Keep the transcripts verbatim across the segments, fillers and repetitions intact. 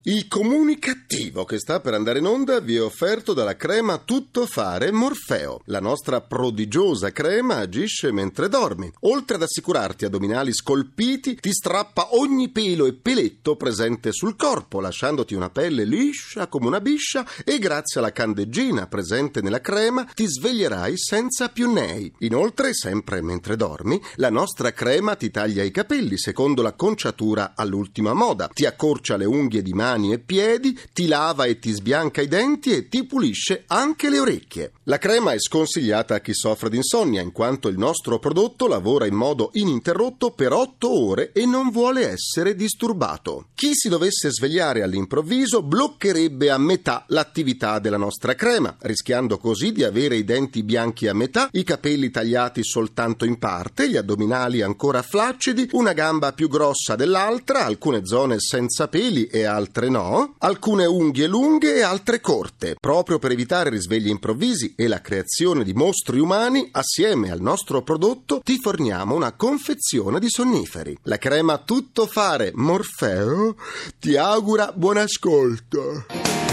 Il comunicativo che sta per andare in onda vi è offerto dalla crema Tuttofare Morfeo. La nostra prodigiosa crema agisce mentre dormi. Oltre ad assicurarti addominali scolpiti, ti strappa ogni pelo e peletto presente sul corpo, lasciandoti una pelle liscia come una biscia, e grazie alla candeggina presente nella crema ti sveglierai senza più nei. Inoltre, sempre mentre dormi, la nostra crema ti taglia i capelli secondo l'acconciatura all'ultima moda, ti accorcia le unghie di mano e piedi, ti lava e ti sbianca i denti e ti pulisce anche le orecchie. La crema è sconsigliata a chi soffre di insonnia, in quanto il nostro prodotto lavora in modo ininterrotto per otto ore e non vuole essere disturbato. Chi si dovesse svegliare all'improvviso bloccherebbe a metà l'attività della nostra crema, rischiando così di avere i denti bianchi a metà, i capelli tagliati soltanto in parte, gli addominali ancora flaccidi, una gamba più grossa dell'altra, alcune zone senza peli e altre no, alcune unghie lunghe e altre corte. Proprio per evitare risvegli improvvisi e la creazione di mostri umani, assieme al nostro prodotto ti forniamo una confezione di sonniferi. La crema Tuttofare Morfeo ti augura buon ascolto.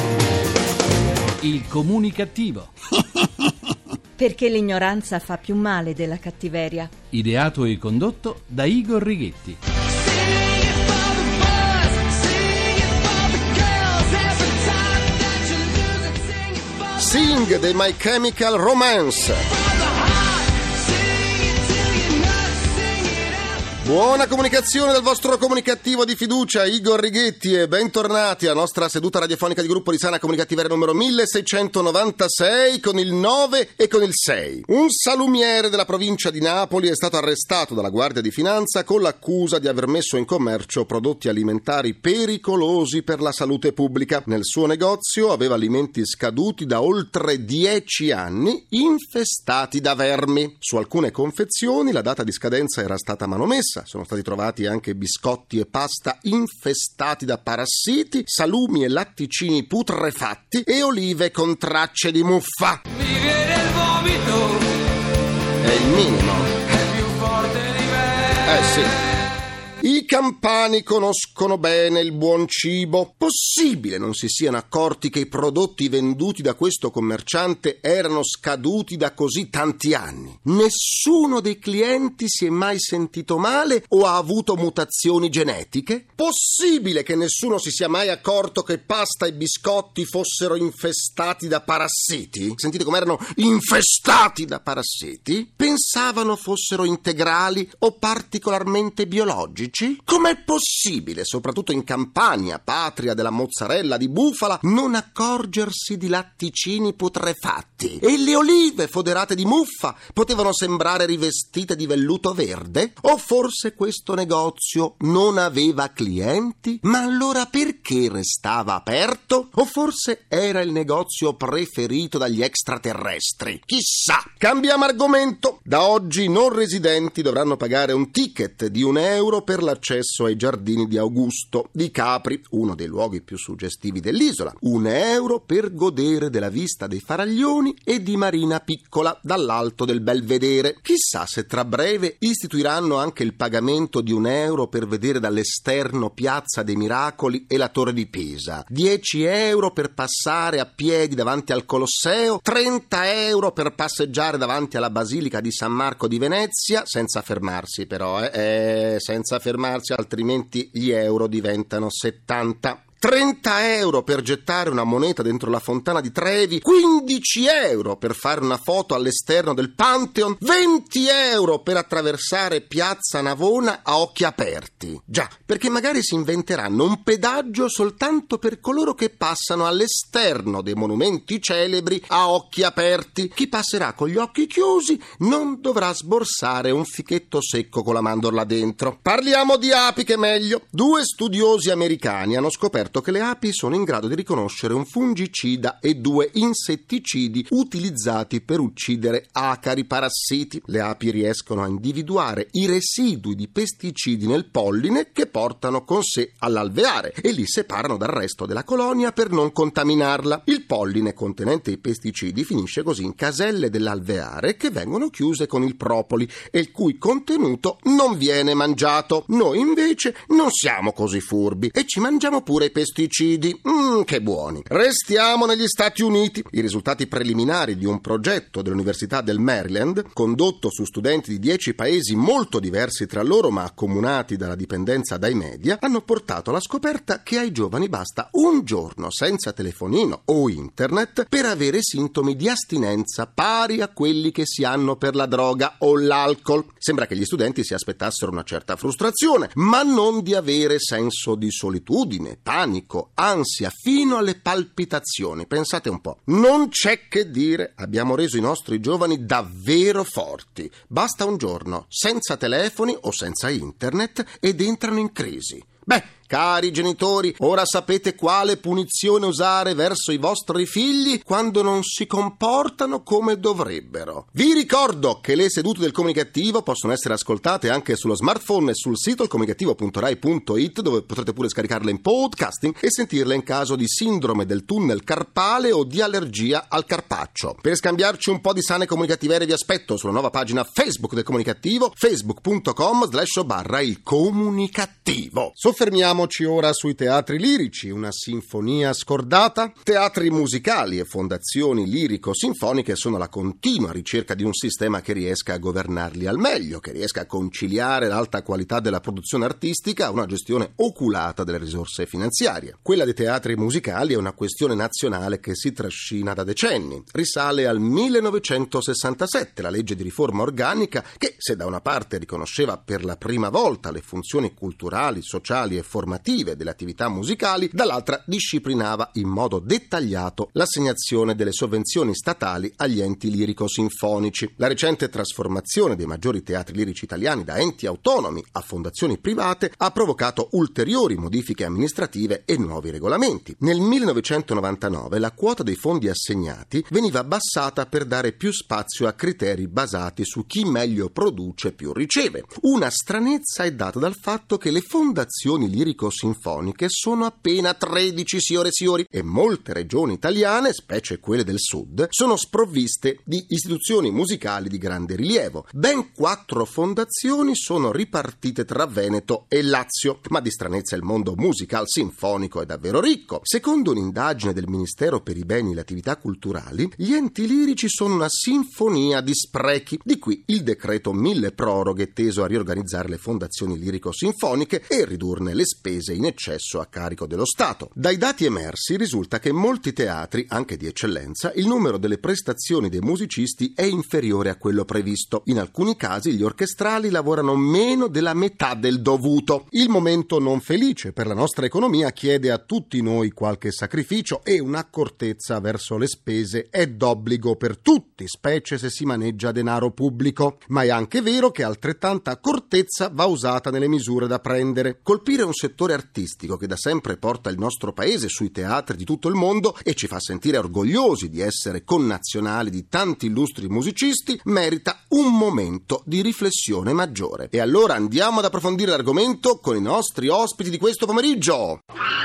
Il comunicativo. Perché l'ignoranza fa più male della cattiveria. Ideato e condotto da Igor Righetti. Sing dei My Chemical Romance. Buona comunicazione dal vostro comunicativo di fiducia, Igor Righetti, e bentornati alla nostra seduta radiofonica di gruppo di Sana Comunicativeria numero milleseicentonovantasei con il nove e con il sei. Un salumiere della provincia di Napoli è stato arrestato dalla Guardia di Finanza con l'accusa di aver messo in commercio prodotti alimentari pericolosi per la salute pubblica. Nel suo negozio aveva alimenti scaduti da oltre dieci anni, infestati da vermi. Su alcune confezioni la data di scadenza era stata manomessa. Sono stati trovati anche biscotti e pasta infestati da parassiti, salumi e latticini putrefatti e olive con tracce di muffa. Mi viene il vomito. È il minimo. È più forte di me. Eh sì. I campani conoscono bene il buon cibo. Possibile non si siano accorti che i prodotti venduti da questo commerciante erano scaduti da così tanti anni? Nessuno dei clienti si è mai sentito male o ha avuto mutazioni genetiche? Possibile che nessuno si sia mai accorto che pasta e biscotti fossero infestati da parassiti? Sentite com'erano infestati da parassiti? Pensavano fossero integrali o particolarmente biologici? Com'è possibile, soprattutto in Campania, patria della mozzarella di bufala, non accorgersi di latticini putrefatti? E le olive foderate di muffa potevano sembrare rivestite di velluto verde? O forse questo negozio non aveva clienti? Ma allora perché restava aperto? O forse era il negozio preferito dagli extraterrestri? Chissà! Cambiamo argomento. Da oggi non residenti dovranno pagare un ticket di un euro per l'accesso ai giardini di Augusto di Capri, uno dei luoghi più suggestivi dell'isola. Un euro per godere della vista dei faraglioni e di Marina Piccola dall'alto del Belvedere. Chissà se tra breve istituiranno anche il pagamento di un euro per vedere dall'esterno Piazza dei Miracoli e la Torre di Pisa, dieci euro per passare a piedi davanti al Colosseo, trenta euro per passeggiare davanti alla Basilica di San Marco di Venezia, senza fermarsi però, eh, eh senza fermarsi, altrimenti gli euro diventano settanta. trenta euro per gettare una moneta dentro la fontana di Trevi, quindici euro per fare una foto all'esterno del Pantheon, venti euro per attraversare Piazza Navona a occhi aperti. Già, perché magari si inventeranno un pedaggio soltanto per coloro che passano all'esterno dei monumenti celebri a occhi aperti. Chi passerà con gli occhi chiusi non dovrà sborsare un fichetto secco con la mandorla dentro. Parliamo di api, che meglio. Due studiosi americani hanno scoperto che le api sono in grado di riconoscere un fungicida e due insetticidi utilizzati per uccidere acari parassiti. Le api riescono a individuare i residui di pesticidi nel polline che portano con sé all'alveare e li separano dal resto della colonia per non contaminarla. Il polline contenente i pesticidi finisce così in caselle dell'alveare che vengono chiuse con il propoli e il cui contenuto non viene mangiato. Noi invece non siamo così furbi e ci mangiamo pure i pesticidi. Mmm, che buoni. Restiamo negli Stati Uniti. I risultati preliminari di un progetto dell'Università del Maryland, condotto su studenti di dieci paesi molto diversi tra loro ma accomunati dalla dipendenza dai media, hanno portato alla scoperta che ai giovani basta un giorno senza telefonino o internet per avere sintomi di astinenza pari a quelli che si hanno per la droga o l'alcol. Sembra che gli studenti si aspettassero una certa frustrazione, ma non di avere senso di solitudine, panico, ansia, fino alle palpitazioni. Pensate un po'. Non c'è che dire, abbiamo reso i nostri giovani davvero forti. Basta un giorno senza telefoni o senza internet ed entrano in crisi. Beh, cari genitori, ora sapete quale punizione usare verso i vostri figli quando non si comportano come dovrebbero. Vi ricordo che le sedute del Comunicativo possono essere ascoltate anche sullo smartphone e sul sito il comunicativo punto rai punto it, dove potrete pure scaricarle in podcasting e sentirle in caso di sindrome del tunnel carpale o di allergia al carpaccio. Per scambiarci un po' di sane comunicativerie vi aspetto sulla nuova pagina Facebook del Comunicativo, facebook punto com slash barra il comunicativo. Soffermiamoci ora sui teatri lirici, una sinfonia scordata. Teatri musicali e fondazioni lirico-sinfoniche sono alla continua ricerca di un sistema che riesca a governarli al meglio, che riesca a conciliare l'alta qualità della produzione artistica a una gestione oculata delle risorse finanziarie. Quella dei teatri musicali è una questione nazionale che si trascina da decenni. Risale al millenovecentosessantasette, la legge di riforma organica che, se da una parte riconosceva per la prima volta le funzioni culturali, sociali e formative delle attività musicali, dall'altra disciplinava in modo dettagliato l'assegnazione delle sovvenzioni statali agli enti lirico-sinfonici. La recente trasformazione dei maggiori teatri lirici italiani da enti autonomi a fondazioni private ha provocato ulteriori modifiche amministrative e nuovi regolamenti. Nel millenovecentonovantanove la quota dei fondi assegnati veniva abbassata per dare più spazio a criteri basati su chi meglio produce più riceve. Una stranezza è data dal fatto che le fondazioni lirico-sinfoniche sono appena tredici siore siori e molte regioni italiane, specie quelle del sud, sono sprovviste di istituzioni musicali di grande rilievo. Ben quattro fondazioni sono ripartite tra Veneto e Lazio, ma di stranezza il mondo musical sinfonico è davvero ricco. Secondo un'indagine del Ministero per i beni e le attività culturali, gli enti lirici sono una sinfonia di sprechi, di qui il decreto mille proroghe teso a riorganizzare le fondazioni lirico-sinfoniche e ridurne le spese in eccesso a carico dello Stato. Dai dati emersi risulta che in molti teatri, anche di eccellenza, il numero delle prestazioni dei musicisti è inferiore a quello previsto. In alcuni casi gli orchestrali lavorano meno della metà del dovuto. Il momento non felice per la nostra economia chiede a tutti noi qualche sacrificio e un'accortezza verso le spese è d'obbligo per tutti, specie se si maneggia denaro pubblico. Ma è anche vero che altrettanta accortezza va usata nelle misure da prendere. Colpire un settore artistico che da sempre porta il nostro paese sui teatri di tutto il mondo e ci fa sentire orgogliosi di essere connazionali di tanti illustri musicisti merita un momento di riflessione maggiore. E allora andiamo ad approfondire l'argomento con i nostri ospiti di questo pomeriggio.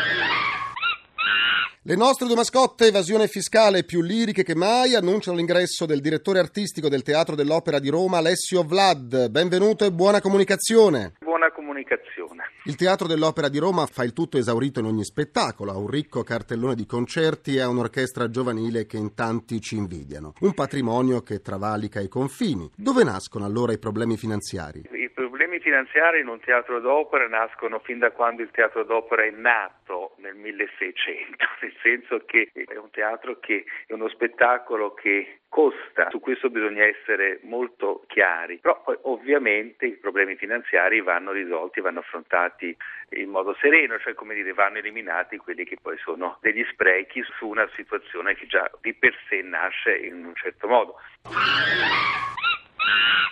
Le nostre due mascotte, evasione fiscale più liriche che mai, annunciano l'ingresso del direttore artistico del Teatro dell'Opera di Roma, Alessio Vlad. Benvenuto e buona comunicazione. Buona comunicazione. Il Teatro dell'Opera di Roma fa il tutto esaurito in ogni spettacolo, ha un ricco cartellone di concerti e ha un'orchestra giovanile che in tanti ci invidiano. Un patrimonio che travalica i confini. Dove nascono allora i problemi finanziari? I problemi finanziari in un teatro d'opera nascono fin da quando il teatro d'opera è nato nel milleseicento, nel senso che è un teatro che è uno spettacolo che costa, su questo bisogna essere molto chiari, però poi ovviamente i problemi finanziari vanno risolti, vanno affrontati in modo sereno, cioè come dire vanno eliminati quelli che poi sono degli sprechi su una situazione che già di per sé nasce in un certo modo.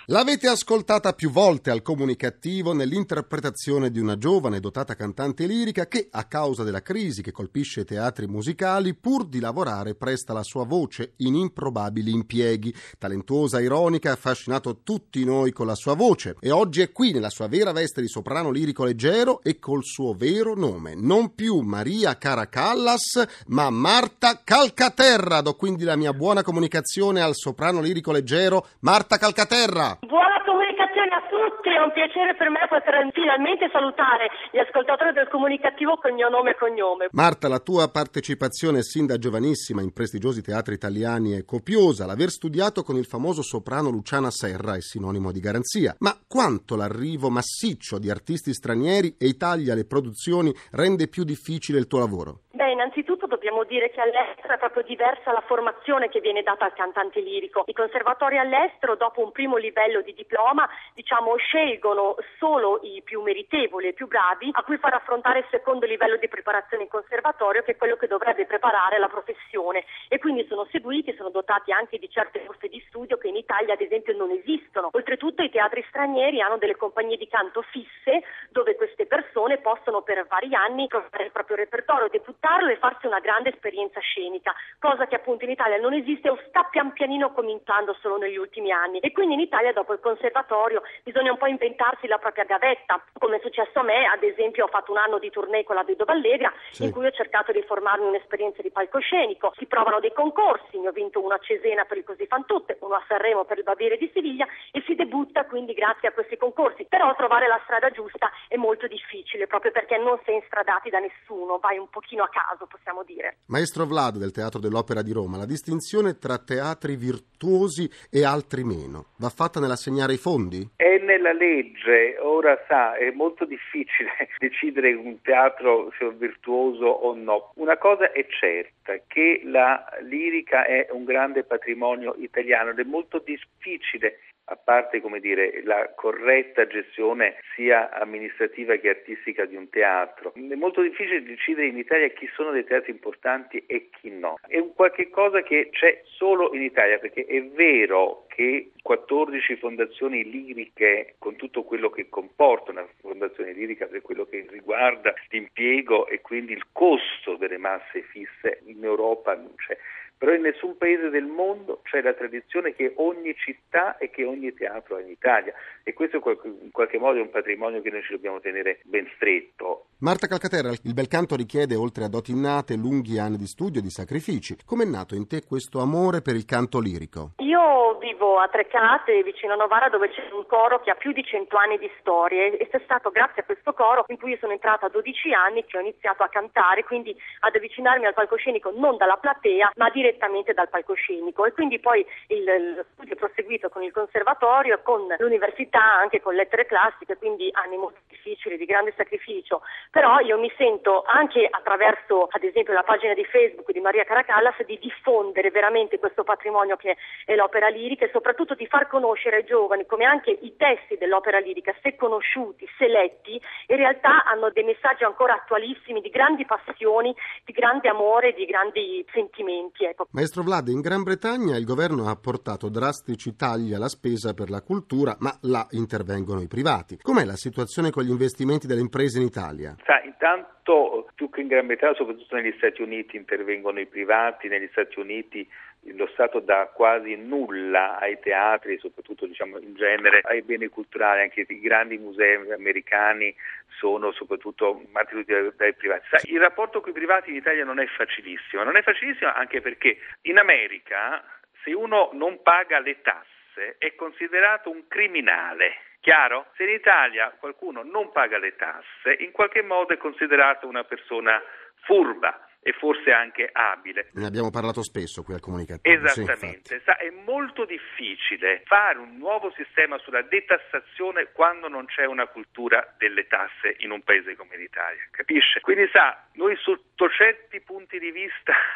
L'avete ascoltata più volte al Comunicativo nell'interpretazione di una giovane dotata cantante lirica che, a causa della crisi che colpisce i teatri musicali, pur di lavorare presta la sua voce in improbabili impieghi. Talentuosa, ironica, ha affascinato tutti noi con la sua voce e oggi è qui nella sua vera veste di soprano lirico leggero e col suo vero nome. Non più Maria Caracallas, ma Marta Calcaterra. Do quindi la mia buona comunicazione al soprano lirico leggero Marta Calcaterra. Buona comunicazione a tutti, è un piacere per me poter finalmente salutare gli ascoltatori del Comunicativo con il mio nome e cognome. Marta, la tua partecipazione sin da giovanissima in prestigiosi teatri italiani è copiosa. L'aver studiato con il famoso soprano Luciana Serra è sinonimo di garanzia. Ma quanto l'arrivo massiccio di artisti stranieri e i tagli alle produzioni rende più difficile il tuo lavoro? Beh, innanzitutto dobbiamo dire che all'estero è proprio diversa la formazione che viene data al cantante lirico. I conservatori all'estero, dopo un primo livello di diploma, diciamo, scelgono solo i più meritevoli e più bravi a cui far affrontare il secondo livello di preparazione in conservatorio, che è quello che dovrebbe preparare la professione. E quindi sono seguiti, sono dotati anche di certe borse di studio che in Italia, ad esempio, non esistono. Oltretutto i teatri stranieri hanno delle compagnie di canto fisse dove queste persone possono per vari anni provare il proprio repertorio, debuttarlo e farsi una grande esperienza scenica, cosa che appunto in Italia non esiste o sta pian pianino cominciando solo negli ultimi anni. E quindi in Italia, dopo il conservatorio, bisogna un po' inventarsi la propria gavetta, come è successo a me. Ad esempio, ho fatto un anno di tournée con la Vedo Allegra, sì, in cui ho cercato di formarmi un'esperienza di palcoscenico. Si provano dei concorsi, ne ho vinto uno a Cesena per il Così fan tutte, uno a Sanremo per il Baviera di Siviglia, e si debutta quindi grazie a questi concorsi. Però trovare la strada giusta è molto difficile, proprio perché non sei instradati da nessuno, vai un pochino a caso, possiamo dire. Maestro Vlad del Teatro dell'Opera di Roma, la distinzione tra teatri virtuosi e altri meno va fatta nell'assegnare i fondi? È nella legge, ora sa, è molto difficile decidere un teatro se è virtuoso o no. Una cosa è certa, che la lirica è un grande patrimonio italiano ed è molto difficile, a parte, come dire, la corretta gestione sia amministrativa che artistica di un teatro. È molto difficile decidere in Italia chi sono dei teatri importanti e chi no. È un qualche cosa che c'è solo in Italia, perché è vero che quattordici fondazioni liriche, con tutto quello che comporta una fondazione lirica per quello che riguarda l'impiego e quindi il costo delle masse fisse, in Europa non c'è. Però in nessun paese del mondo c'è la tradizione che ogni città e che ogni teatro ha in Italia, e questo in qualche modo è un patrimonio che noi ci dobbiamo tenere ben stretto. Marta Calcaterra, il bel canto richiede, oltre a doti innate, lunghi anni di studio e di sacrifici. Com'è nato in te questo amore per il canto lirico? Io vivo a Trecate, vicino a Novara, dove c'è un coro che ha più di cento anni di storie, e è stato grazie a questo coro in cui io sono entrata a dodici anni che ho iniziato a cantare, quindi ad avvicinarmi al palcoscenico non dalla platea ma direttamente dal palcoscenico. E quindi poi il, lo studio è proseguito con il conservatorio, con l'università, anche con lettere classiche, quindi anni molto difficili, di grande sacrificio. Però io mi sento, anche attraverso ad esempio la pagina di Facebook di Maria Caracallas, di diffondere veramente questo patrimonio che è l'opera lirica, e soprattutto di far conoscere ai giovani come anche i testi dell'opera lirica, se conosciuti, se letti, in realtà hanno dei messaggi ancora attualissimi, di grandi passioni, di grande amore, di grandi sentimenti. Ecco. Maestro Vlad, in Gran Bretagna il governo ha apportato drastici tagli alla spesa per la cultura, ma là intervengono i privati. Com'è la situazione con gli investimenti delle imprese in Italia? Sa, intanto, più che in Gran Bretagna, soprattutto negli Stati Uniti intervengono i privati. Negli Stati Uniti lo Stato dà quasi nulla ai teatri, soprattutto, diciamo, in genere ai beni culturali. Anche i grandi musei americani sono soprattutto mantenuti dai, dai privati. Sa, il rapporto con i privati in Italia non è facilissimo, non è facilissimo anche perché in America se uno non paga le tasse è considerato un criminale. Chiaro? Se in Italia qualcuno non paga le tasse, in qualche modo è considerato una persona furba e forse anche abile. Ne abbiamo parlato spesso qui al Comunicativo. Esattamente. Sì, Sa, è molto difficile fare un nuovo sistema sulla detassazione quando non c'è una cultura delle tasse in un paese come l'Italia, capisce? Quindi sa, noi sotto certi punti di vista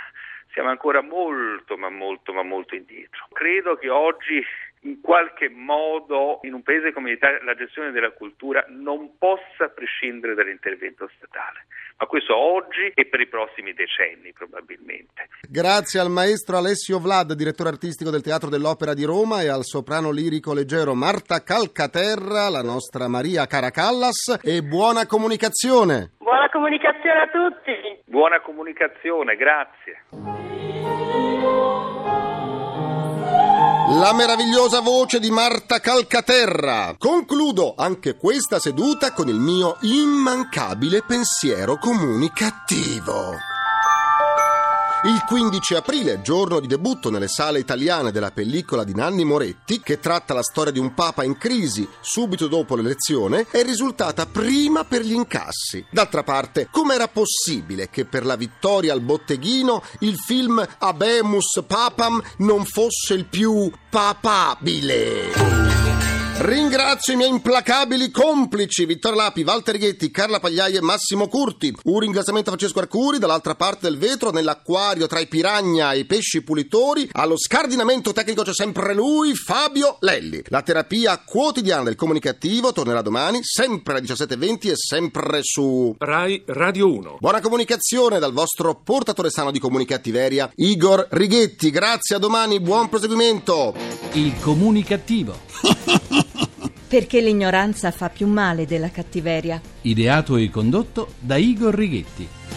siamo ancora molto, ma molto, ma molto indietro. Credo che oggi in qualche modo in un paese come l'Italia la gestione della cultura non possa prescindere dall'intervento statale, ma questo oggi e per i prossimi decenni probabilmente. Grazie al maestro Alessio Vlad, direttore artistico del Teatro dell'Opera di Roma, e al soprano lirico leggero Marta Calcaterra, la nostra Maria Caracallas, e buona comunicazione. Buona comunicazione a tutti. Buona comunicazione, grazie. La meravigliosa voce di Marta Calcaterra. Concludo anche questa seduta con il mio immancabile pensiero comunicativo. Il quindici aprile, giorno di debutto nelle sale italiane della pellicola di Nanni Moretti, che tratta la storia di un papa in crisi subito dopo l'elezione, è risultata prima per gli incassi. D'altra parte, com'era possibile che per la vittoria al botteghino il film Habemus Papam non fosse il più papabile? Ringrazio i miei implacabili complici Vittorio Lapi, Walter Righetti, Carla Pagliai e Massimo Curti. Un ringraziamento a Francesco Arcuri dall'altra parte del vetro, nell'acquario tra i piranha e i pesci pulitori. Allo scardinamento tecnico c'è sempre lui, Fabio Lelli. La terapia quotidiana del comunicativo tornerà domani, sempre alle diciassette e venti e sempre su Rai Radio uno. Buona comunicazione dal vostro portatore sano di comunicattiveria, Igor Righetti. Grazie, a domani, buon proseguimento. Il comunicativo. Perché l'ignoranza fa più male della cattiveria. Ideato e condotto da Igor Righetti.